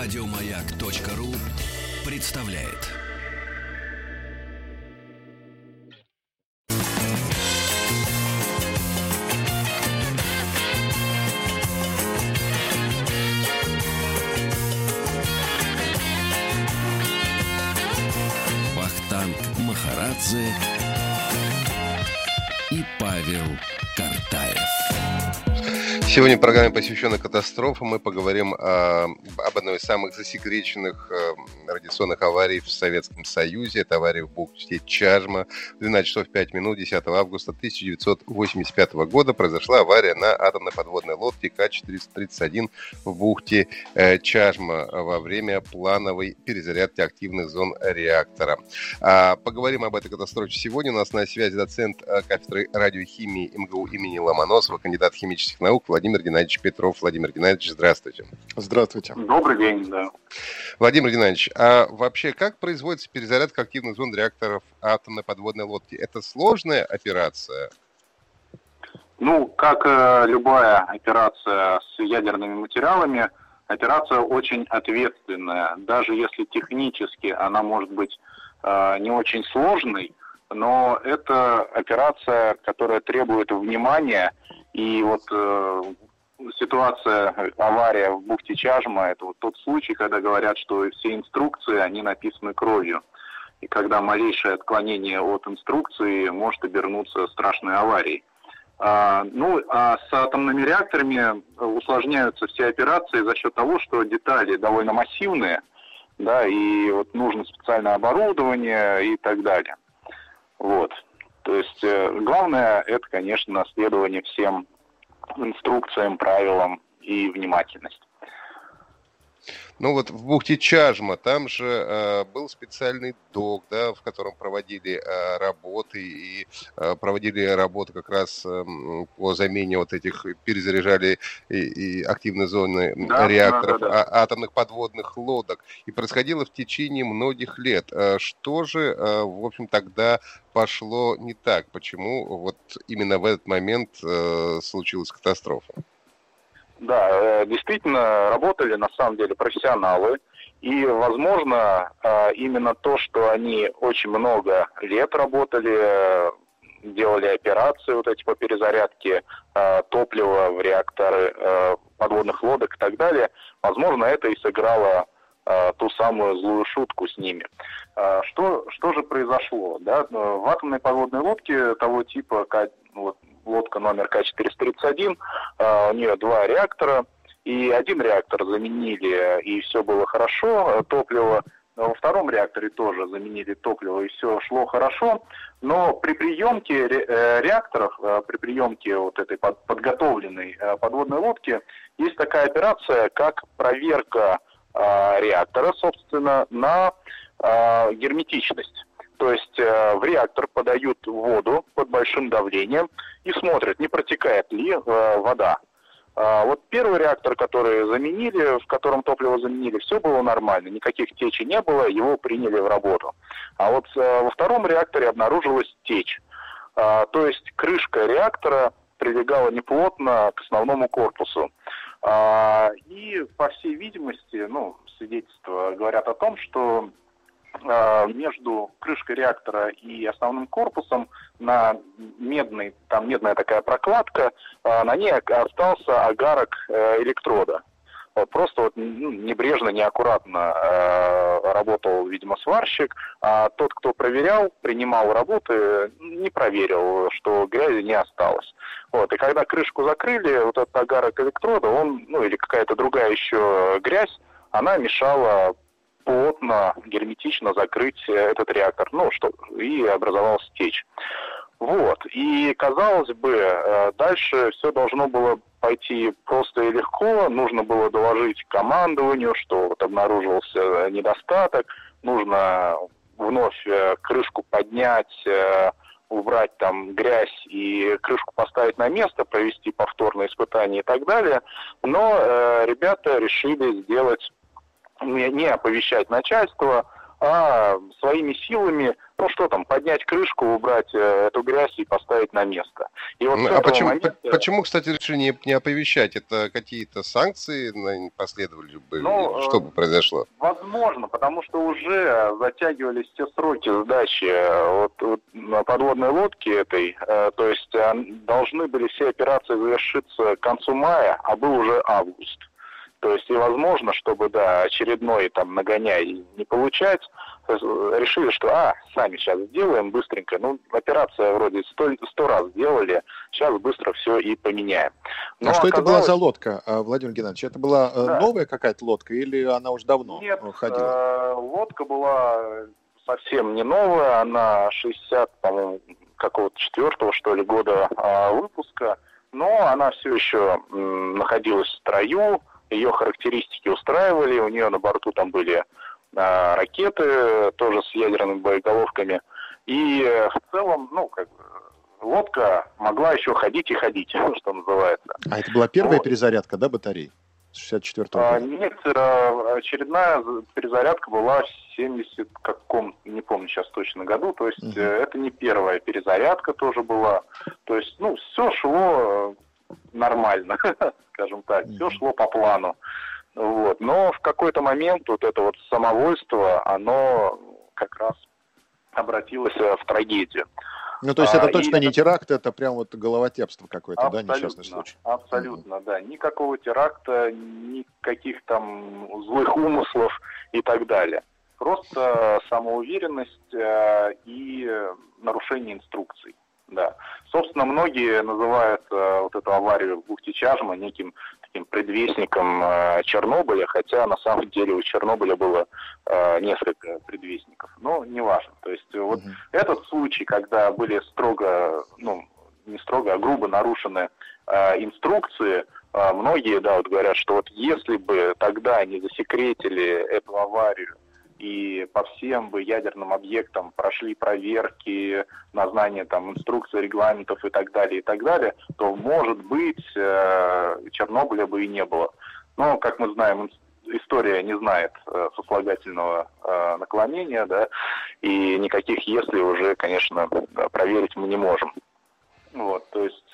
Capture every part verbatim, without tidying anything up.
Радиомаяк.ру представляет. Вахтанг Махарадзе и Павел Картаев. Сегодня в программе, посвященной катастрофам, мы поговорим о, об одной из самых засекреченных э, радиационных аварий в Советском Союзе. Это авария в бухте Чажма. В двенадцать часов пять минут десятого августа тысяча девятьсот восемьдесят пятого года произошла авария на атомной подводной лодке Ка четыреста тридцать один в бухте э, Чажма во время плановой перезарядки активных зон реактора. А, поговорим об этой катастрофе сегодня. У нас на связи доцент кафедры радиохимии эм гэ у имени Ломоносова, кандидат химических наук Владимир Геннадьевич Петров. Владимир Геннадьевич, здравствуйте. Здравствуйте. Добрый день, да. Владимир Геннадьевич, а вообще как производится перезарядка активных зон реакторов атомной подводной лодки? Это сложная операция? Ну, как э, любая операция с ядерными материалами, операция очень ответственная. Даже если технически она может быть э, не очень сложной, но это операция, которая требует внимания. И вот э, ситуация, авария в бухте Чажма, это вот тот случай, когда говорят, что все инструкции, они написаны кровью. И когда малейшее отклонение от инструкции может обернуться страшной аварией. А, ну, а с атомными реакторами усложняются все операции за счет того, что детали довольно массивные, да, и вот нужно специальное оборудование и так далее. Вот. То есть э, главное, это, конечно, следование всем инструкциям, правилам и внимательность. Ну вот в бухте Чажма, там же э, был специальный док, да, в котором проводили э, работы и э, проводили работы как раз э, по замене вот этих, перезаряжали и, и активные зоны да, реакторов, да, да, да. А, атомных подводных лодок. И происходило в течение многих лет. Э, что же, э, в общем, тогда пошло не так? Почему вот именно в этот момент э, случилась катастрофа? Да, действительно, работали на самом деле профессионалы, и, возможно, именно то, что они очень много лет работали, делали операции вот эти по перезарядке топлива в реакторы подводных лодок и так далее, возможно, это и сыграло ту самую злую шутку с ними. Что, что же произошло? Да? В атомной подводной лодке того типа, как вот, лодка номер Ка четыреста тридцать один, у нее два реактора, и один реактор заменили, и все было хорошо, топливо. Во втором реакторе тоже заменили топливо, и все шло хорошо. Но при приемке реакторов, при приемке вот этой подготовленной подводной лодки, есть такая операция, как проверка реактора, собственно, на герметичность. То есть э, в реактор подают воду под большим давлением и смотрят, не протекает ли э, вода. А вот первый реактор, который заменили, в котором топливо заменили, все было нормально, никаких течей не было, его приняли в работу. А вот э, во втором реакторе обнаружилась течь. А, то есть крышка реактора прилегала неплотно к основному корпусу. А, и, по всей видимости, ну, свидетельства говорят о том, что между крышкой реактора и основным корпусом на медной, там медная такая прокладка, на ней остался огарок электрода. Вот просто вот небрежно, неаккуратно работал, видимо, сварщик, а тот, кто проверял, принимал работы, не проверил, что грязи не осталось. Вот. И когда крышку закрыли, вот этот огарок электрода, он, ну или какая-то другая еще грязь, она мешала плотно, герметично закрыть этот реактор, ну, что, и образовалась течь. Вот. И, казалось бы, дальше все должно было пойти просто и легко. Нужно было доложить командованию, что вот обнаружился недостаток. Нужно вновь крышку поднять, убрать там грязь и крышку поставить на место, провести повторное испытание и так далее. Но э, ребята решили сделать, не оповещать начальство, а своими силами ну что там, поднять крышку, убрать э, эту грязь и поставить на место. И вот А почему, момента... почему, кстати, решили не, не оповещать? Это какие-то санкции последовали бы? Ну, что бы произошло? Возможно, потому что уже затягивались все сроки сдачи вот, вот, подводной лодки этой. Э, то есть э, должны были все операции завершиться к концу мая, а был уже август. То есть и возможно, чтобы, да, очередной там нагоняй не получать, решили, что, а, сами сейчас сделаем быстренько. Ну, операция вроде сто, сто раз сделали, сейчас быстро все и поменяем. Но а что оказалось... это была за лодка, Владимир Геннадьевич? Это была да. новая какая-то лодка или она уже давно Нет, ходила? Э, лодка была совсем не новая, она шестьдесят, по-моему, какого-то четвертого, что ли, года э, выпуска, но она все еще э, находилась в строю, ее характеристики устраивали, у нее на борту там были а, ракеты, тоже с ядерными боеголовками. И э, в целом, ну, как бы, лодка могла еще ходить и ходить, что называется. А это была первая вот. перезарядка, да, батарей? С шестьдесят четвёртого года? А, нет, очередная перезарядка была в семидесятом каком, не помню сейчас точно году. То есть угу. это не первая перезарядка тоже была. То есть, ну, все шло нормально, скажем так, все шло по плану. Вот. Но в какой-то момент вот это вот самовольство, оно как раз обратилось в трагедию. Ну, то есть это а, точно не это... теракт, это прям вот головотепство какое-то, да, несчастный случай? Абсолютно, mm-hmm. да. Никакого теракта, никаких там злых умыслов и так далее. Просто самоуверенность э, и нарушение инструкций. Да. Собственно, многие называют э, вот эту аварию в бухте Чажма неким таким предвестником э, Чернобыля, хотя на самом деле у Чернобыля было э, несколько предвестников. Но неважно. То есть mm-hmm. вот этот случай, когда были строго, ну, не строго, а грубо нарушены э, инструкции, э, многие, да, вот говорят, что вот если бы тогда не засекретили эту аварию, и по всем бы ядерным объектам прошли проверки на знание там инструкций, регламентов и так далее, и так далее, то, может быть, Чернобыля бы и не было. Но, как мы знаем, история не знает сослагательного наклонения, да, и никаких «если» уже, конечно, проверить мы не можем. Вот, то есть...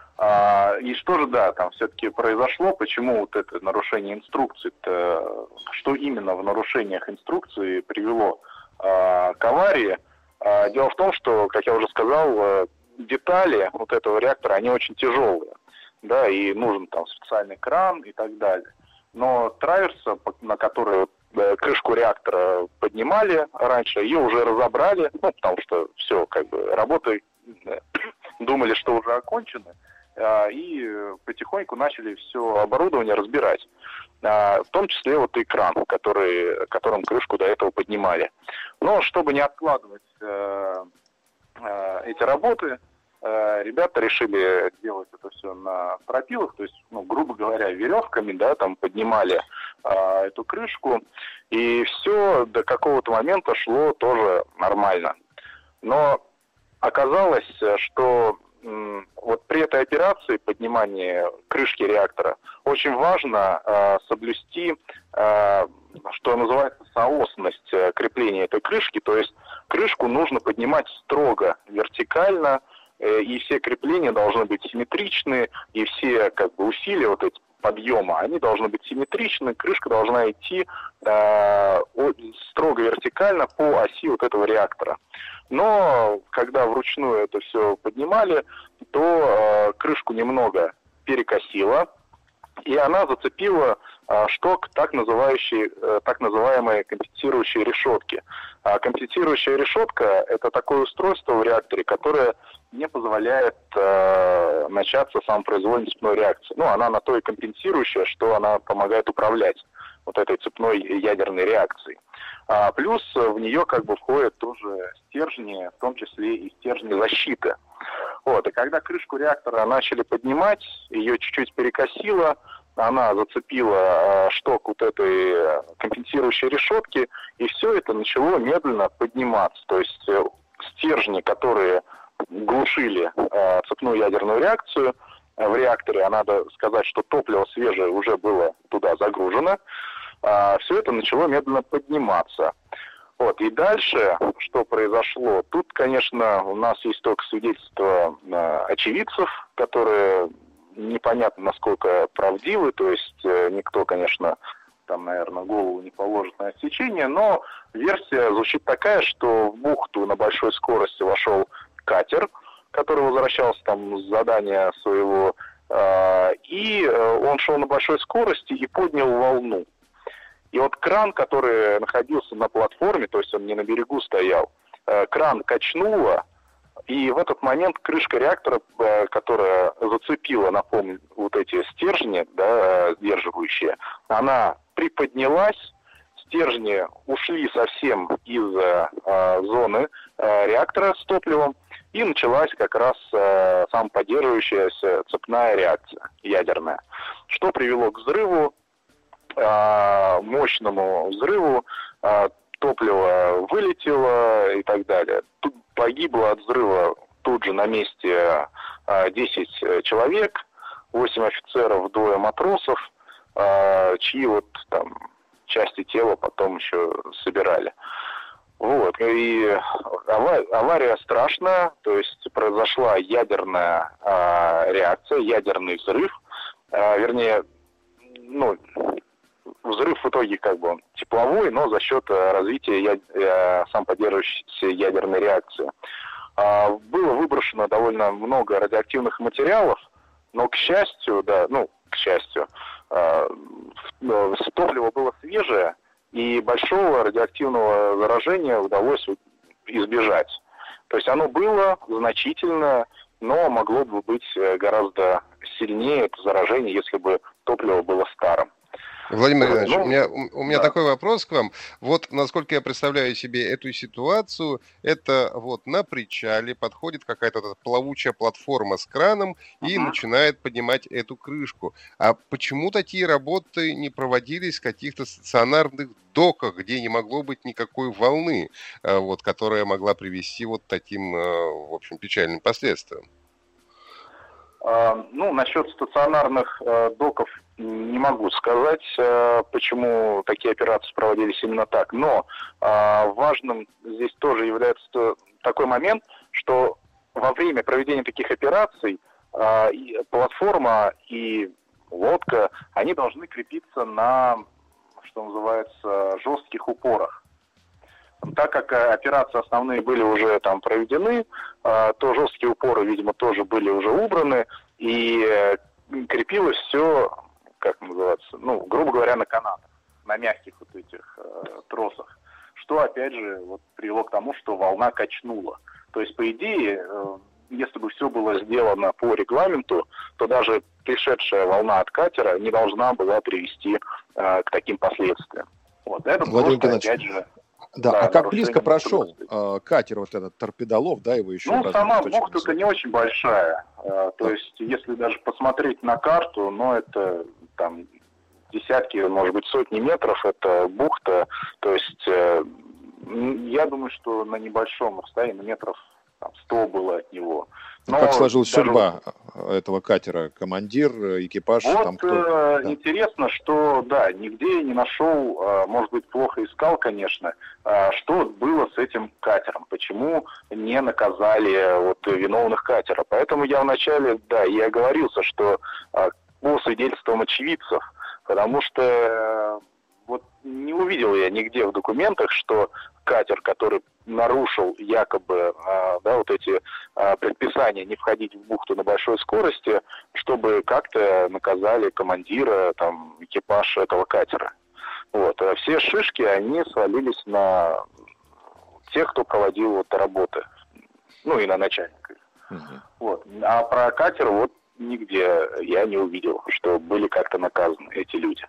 А, и что же, да, там все-таки произошло, почему вот это нарушение инструкций-то, что именно в нарушениях инструкции привело а, к аварии? А, дело в том, что, как я уже сказал, детали вот этого реактора, они очень тяжелые, да, и нужен там специальный кран и так далее. Но траверса, на которую крышку реактора поднимали раньше, ее уже разобрали, ну, потому что все, как бы, работы думали, что уже окончены. И потихоньку начали все оборудование разбирать. В том числе вот и кран, который, которым крышку до этого поднимали. Но чтобы не откладывать э, э, эти работы, э, ребята решили делать это все на стропилах, то есть, ну, грубо говоря, веревками, да, там поднимали э, эту крышку, и все до какого-то момента шло тоже нормально. Но оказалось, что вот при этой операции поднимания крышки реактора очень важно э, соблюсти, э, что называется, соосность э, крепления этой крышки. То есть крышку нужно поднимать строго вертикально, э, и все крепления должны быть симметричны, и все как бы усилия вот эти подъема, они должны быть симметричны, крышка должна идти э, строго вертикально по оси вот этого реактора. Но когда вручную это все поднимали, то э, крышку немного перекосило, и она зацепила э, шток так, называющий, э, так называемой компенсирующей решетки. А компенсирующая решетка – это такое устройство в реакторе, которое не позволяет э, начаться самопроизвольной цепной реакции. Ну, она на то и компенсирующая, что она помогает управлять вот этой цепной ядерной реакцией. А плюс в нее как бы входят тоже стержни, в том числе и стержни защиты. Вот. И когда крышку реактора начали поднимать, ее чуть-чуть перекосило, она зацепила шток вот этой компенсирующей решетки, и все это начало медленно подниматься. То есть стержни, которые глушили цепную ядерную реакцию в реакторе, а надо сказать, что топливо свежее уже было туда загружено, все это начало медленно подниматься. Вот, и дальше, что произошло, тут, конечно, у нас есть только свидетельства э, очевидцев, которые непонятно, насколько правдивы, то есть э, никто, конечно, там, наверное, голову не положит на отсечение, но версия звучит такая, что в бухту на большой скорости вошел катер, который возвращался там с задания своего, э, и э, он шел на большой скорости и поднял волну. И вот кран, который находился на платформе, то есть он не на берегу стоял, э, кран качнуло, и в этот момент крышка реактора, э, которая зацепила, напомню, вот эти стержни, да, сдерживающие, она приподнялась, стержни ушли совсем из э, зоны э, реактора с топливом, и началась как раз э, самоподдерживающаяся цепная реакция ядерная, что привело к взрыву, э, мощному взрыву, э, топливо вылетело и так далее. Тут погибло от взрыва тут же на месте э, десять человек, восемь офицеров, двое матросов, э, чьи вот там части тела потом еще собирали. Вот. И авария страшная, то есть произошла ядерная э, реакция, ядерный взрыв, э, вернее, ну, взрыв в итоге как бы он тепловой, но за счет развития яд... э, самоподдерживающейся ядерной реакции. Э, было выброшено довольно много радиоактивных материалов, но, к счастью, да, ну, к счастью, э, топливо было свежее, и большого радиоактивного заражения удалось избежать. То есть оно было значительно, но могло бы быть гораздо сильнее, это заражение, если бы топливо было старым. Владимир Иванович, ну, у меня, у меня да. такой вопрос к вам. Вот, насколько я представляю себе эту ситуацию, это вот на причале подходит какая-то плавучая платформа с краном и uh-huh. начинает поднимать эту крышку. А почему такие работы не проводились в каких-то стационарных доках, где не могло быть никакой волны, вот, которая могла привести вот к таким, в общем, печальным последствиям? Ну, насчет стационарных э, доков не могу сказать, э, почему такие операции проводились именно так. Но э, важным здесь тоже является такой момент, что во время проведения таких операций э, и платформа и лодка, они должны крепиться на, что называется, жестких упорах. Так как операции основные были уже там проведены, то жесткие упоры, видимо, тоже были уже убраны, и крепилось все, как называется, ну, грубо говоря, на канатах, на мягких вот этих э, тросах, что, опять же, вот, привело к тому, что волна качнула. То есть, по идее, э, если бы все было сделано по регламенту, то даже пришедшая волна от катера не должна была привести э, к таким последствиям. Вот, это Владимир просто, опять же... Да, да, а как близко прошел э, катер вот этот торпедолов, да, его еще... Ну, сама бухта-то не очень большая. Э, то да. есть, если даже посмотреть на карту, ну, это там десятки, может быть, сотни метров, это бухта. То есть, э, я думаю, что на небольшом расстоянии, метров там, сто было от него. Но как сложилась даже... судьба этого катера? Командир, экипаж, вот, там кто? Э, да. Интересно, что, да, нигде не нашел, э, может быть, плохо искал, конечно, э, что было с этим катером, почему не наказали вот, виновных катера. Поэтому я вначале, да, и оговорился, что э, по свидетельствам очевидцев, потому что э, вот не увидел я нигде в документах, что катер, который нарушил якобы а, да, вот эти а, предписания не входить в бухту на большой скорости, чтобы как-то наказали командира, там, экипаж этого катера. Вот. А все шишки, они свалились на тех, кто проводил вот работы. Ну и на начальника. Uh-huh. Вот. А про катер вот нигде я не увидел, что были как-то наказаны эти люди.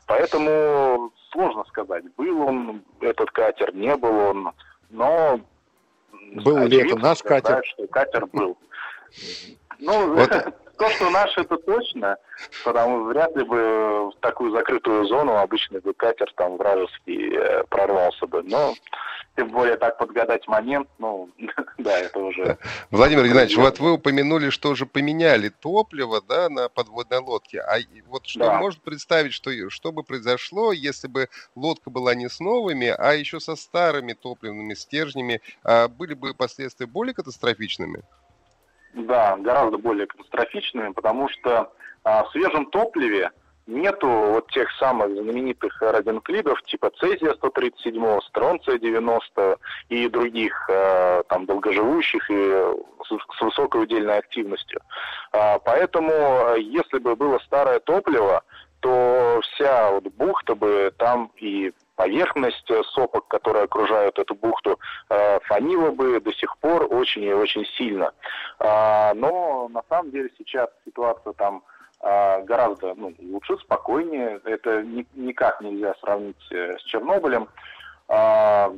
Поэтому сложно сказать, был он, этот катер, не был он, но... Был ли это наш сказать, катер? Что катер был. Ну, вот, то, что наш, это точно, потому вряд ли бы в такую закрытую зону обычный бы катер там вражеский э, прорвался бы. Но тем более так подгадать момент, ну, да, это уже... Владимир Геннадьевич, вот вы упомянули, что уже поменяли топливо, да, на подводной лодке. А вот что Да. можно представить, что, что бы произошло, если бы лодка была не с новыми, а еще со старыми топливными стержнями, а были бы последствия более катастрофичными? Да, гораздо более катастрофичными, потому что а, в свежем топливе нету вот тех самых знаменитых радионуклидов типа цезия сто тридцать семь, стронция девяносто и других э, там долгоживущих и с, с высокой удельной активностью. А, поэтому, если бы было старое топливо, то вся вот бухта бы там и поверхность сопок, которые окружают эту бухту, э, фанила бы до сих пор очень и очень сильно. А, но на самом деле сейчас ситуация там гораздо ну, лучше, спокойнее. Это ни, никак нельзя сравнить с Чернобылем. А,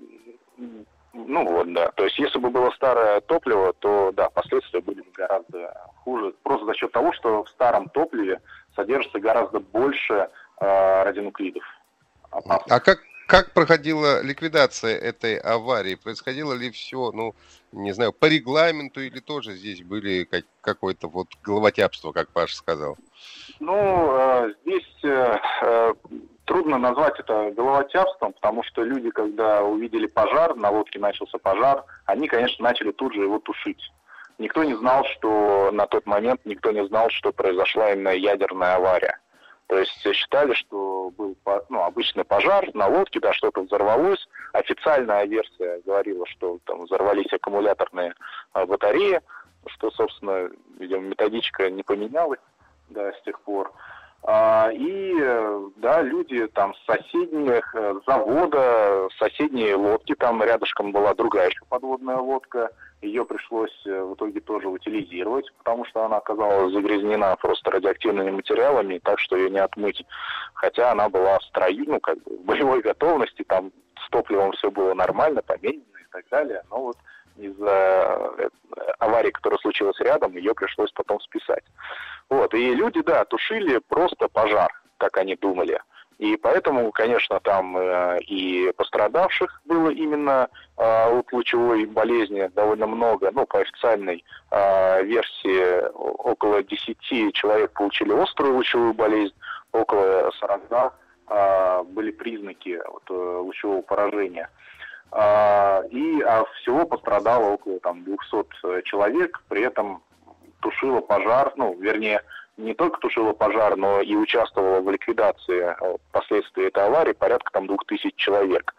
ну вот, да. То есть, если бы было старое топливо, то, да, последствия были бы гораздо хуже. Просто за счет того, что в старом топливе содержится гораздо больше а, радионуклидов. Опасных. А как, как проходила ликвидация этой аварии? Происходило ли все, ну, не знаю, по регламенту или тоже здесь были как, какое-то вот головотяпство, как Паша сказал? Ну, э, здесь э, трудно назвать это головотяпством, потому что люди, когда увидели пожар, на лодке начался пожар, они, конечно, начали тут же его тушить. Никто не знал, что на тот момент, никто не знал, что произошла именно ядерная авария. То есть считали, что был ну, обычный пожар на лодке, да, что-то взорвалось. Официальная версия говорила, что там взорвались аккумуляторные а, батареи, что, собственно, видимо, методичка не поменялась, да, с тех пор. А, и, да, люди там с соседних завода, соседние лодки, там рядышком была другая еще подводная лодка, ее пришлось в итоге тоже утилизировать, потому что она оказалась загрязнена просто радиоактивными материалами, так что ее не отмыть. Хотя она была в строю, ну, как бы в боевой готовности, там с топливом все было нормально, поменено и так далее. Но вот из-за аварии, которая случилась рядом, ее пришлось потом списать. Вот. И люди, да, тушили просто пожар, как они думали. И поэтому, конечно, там э, и пострадавших было именно э, от лучевой болезни довольно много. Ну, по официальной э, версии около десяти человек получили острую лучевую болезнь, около сорока э, были признаки вот, э, лучевого поражения. Э, и а всего пострадало около там, двухсот человек, при этом тушило пожар, ну, вернее, не только тушила пожар, но и участвовала в ликвидации последствий этой аварии порядка там двух тысяч человек.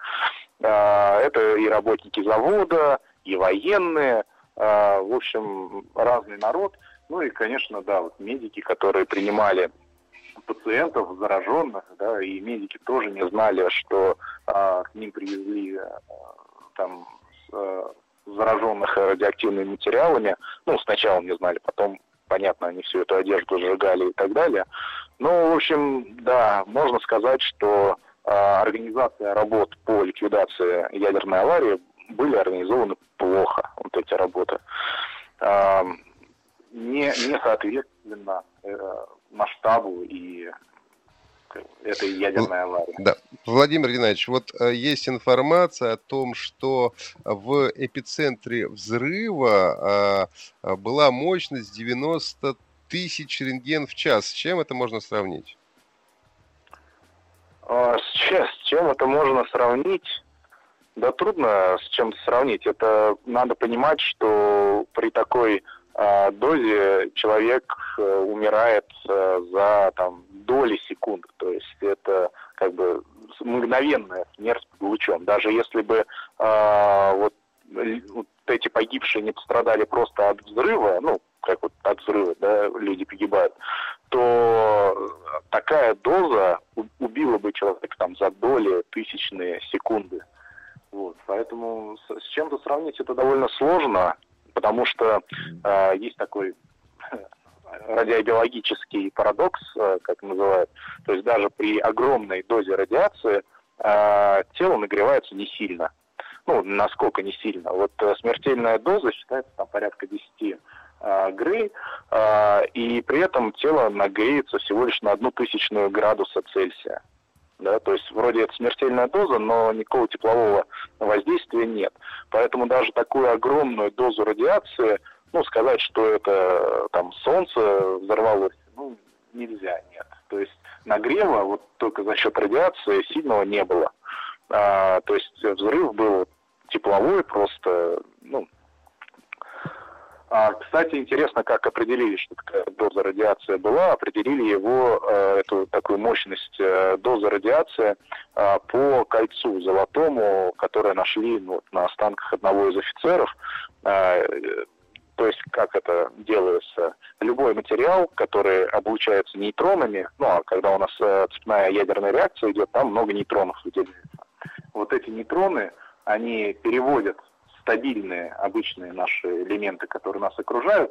Это и работники завода, и военные, в общем, разный народ. Ну и, конечно, да, вот медики, которые принимали пациентов зараженных, да, и медики тоже не знали, что к ним привезли там зараженных радиоактивными материалами. Ну, сначала не знали, потом понятно, они всю эту одежду сжигали и так далее. Ну, в общем, да, можно сказать, что э, организация работ по ликвидации ядерной аварии были организованы плохо, вот эти работы. Э, не, не соответственно э, масштабу и этой ядерной аварии. Да. Владимир Геннадьевич, вот э, есть информация о том, что в эпицентре взрыва э, была мощность девяносто тысяч рентген в час. С чем это можно сравнить? А, с, чем, с чем это можно сравнить? Да трудно с чем-то сравнить. Это надо понимать, что при такой э, дозе человек э, умирает э, за там, доли секунды. То есть это как бы мгновенная смерть под лучом. Даже если бы э, вот, вот эти погибшие не пострадали просто от взрыва, ну, как вот от взрыва, да, люди погибают, то такая доза убила бы человека там за доли тысячные секунды. Вот. Поэтому с, с чем-то сравнить это довольно сложно, потому что э, есть такой радиобиологический парадокс, как называют. То есть даже при огромной дозе радиации э, тело нагревается не сильно. Ну, насколько не сильно. Вот э, смертельная доза считается там порядка десять Грей, и при этом тело нагреется всего лишь на одну тысячную градуса Цельсия. Да, то есть вроде это смертельная доза, но никакого теплового воздействия нет. Поэтому даже такую огромную дозу радиации, ну, сказать, что это там солнце взорвалось, ну, нельзя, нет. То есть нагрева вот только за счет радиации сильного не было. А, то есть взрыв был тепловой просто, ну. А, кстати, интересно, как определили, что такая доза радиации была. Определили его, э, эту такую мощность э, дозы радиации э, по кольцу золотому, которое нашли ну, на останках одного из офицеров. Э, то есть, как это делается? Любой материал, который облучается нейтронами, ну, а когда у нас э, цепная ядерная реакция идет, там много нейтронов выделяется. Вот эти нейтроны, они переводят стабильные, обычные наши элементы, которые нас окружают,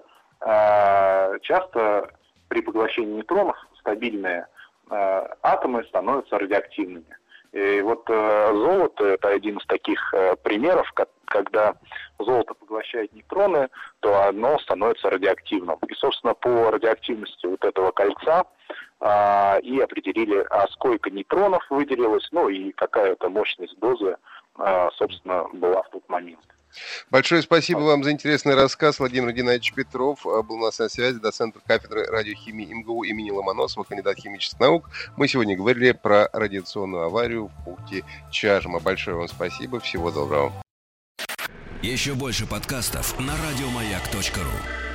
часто при поглощении нейтронов стабильные атомы становятся радиоактивными. И вот золото – это один из таких примеров, когда золото поглощает нейтроны, то оно становится радиоактивным. И, собственно, по радиоактивности вот этого кольца и определили, а сколько нейтронов выделилось, ну и какая-то мощность дозы, собственно, была в тот момент. Большое спасибо вам за интересный рассказ. Владимир Геннадьевич Петров был у нас на связи, доцент кафедры радиохимии МГУ имени Ломоносова, кандидат химических наук. Мы сегодня говорили про радиационную аварию в бухте Чажма. Большое вам спасибо, всего доброго. Еще больше подкастов на радиомаяк точка ру.